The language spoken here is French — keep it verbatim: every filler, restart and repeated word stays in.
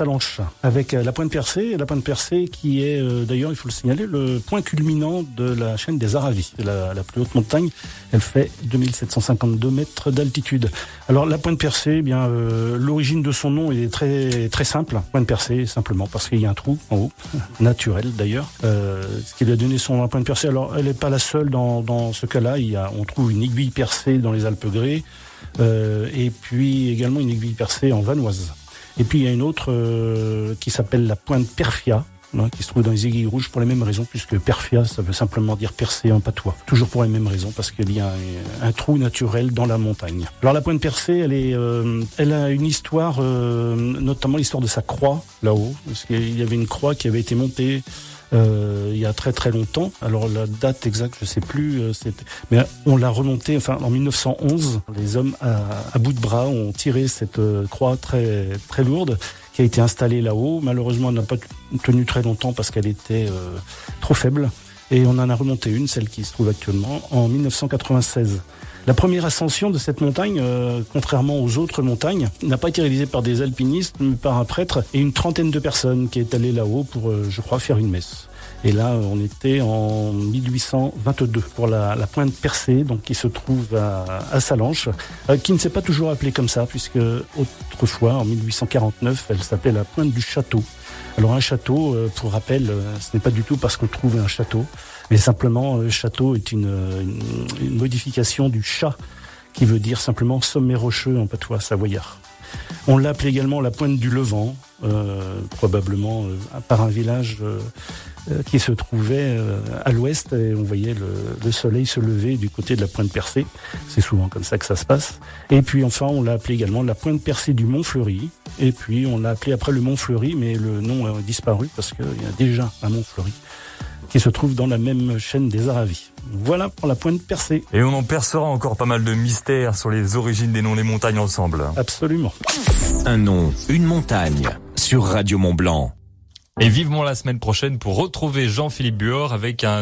Salanches, avec la Pointe Percée, la Pointe Percée qui est euh, d'ailleurs, il faut le signaler, le point culminant de la chaîne des Aravis, la, la plus haute montagne. Elle fait deux mille sept cent cinquante-deux mètres d'altitude. Alors la Pointe Percée, eh bien euh, l'origine de son nom est très très simple. Pointe Percée, simplement parce qu'il y a un trou en haut, naturel d'ailleurs, euh, ce qui lui a donné son nom à Pointe Percée. Alors elle n'est pas la seule dans dans ce cas-là. Il y a, on trouve une aiguille percée dans les Alpes Grès. Euh, et puis également une aiguille percée en Vanoise. Et puis il y a une autre euh, qui s'appelle la Pointe Perfia, hein, qui se trouve dans les aiguilles rouges pour les mêmes raisons, puisque Perfia, ça veut simplement dire percé en patois. Toujours pour les mêmes raisons, parce qu'il y a un, un trou naturel dans la montagne. Alors la Pointe Percée, elle est, euh, elle a une histoire, euh, notamment l'histoire de sa croix là-haut, parce qu'il y avait une croix qui avait été montée. Euh, il y a très très longtemps. Alors la date exacte, je sais plus. Euh, c'était... Mais on l'a remontée. Enfin, en mille neuf cent onze, les hommes à, à bout de bras ont tiré cette euh, croix très très lourde qui a été installée là-haut. Malheureusement, elle n'a pas tenu très longtemps parce qu'elle était euh, trop faible. Et on en a remonté une, celle qui se trouve actuellement, en mille neuf cent quatre-vingt-seize. La première ascension de cette montagne, euh, contrairement aux autres montagnes, n'a pas été réalisée par des alpinistes, mais par un prêtre et une trentaine de personnes qui est allée là-haut pour, euh, je crois, faire une messe. Et là, on était en mille huit cent vingt-deux pour la, la Pointe Percée, donc qui se trouve à, à Salanches, euh, qui ne s'est pas toujours appelée comme ça, puisque autrefois, en mille huit cent quarante-neuf, elle s'appelait la Pointe du Château. Alors un château, euh, pour rappel, euh, ce n'est pas du tout parce qu'on trouve un château, mais simplement, le château est une, une, une modification du chat, qui veut dire simplement sommet rocheux en patois savoyard. On l'appelait également la Pointe du Levant, euh, probablement euh, par un village euh, qui se trouvait euh, à l'ouest, et on voyait le, le soleil se lever du côté de la Pointe Percée. C'est souvent comme ça que ça se passe. Et puis enfin, on l'a appelé également la Pointe Percée du Mont Fleury. Et puis on l'a appelé après le Mont Fleury, mais le nom a disparu parce qu'il y a déjà un Mont Fleury qui se trouve dans la même chaîne des Aravis. Voilà pour la Pointe Percée. Et on en percera encore pas mal de mystères sur les origines des noms des montagnes ensemble. Absolument. Un nom, une montagne, sur Radio Mont Blanc. Et vivement la semaine prochaine pour retrouver Jean-Philippe Buor avec un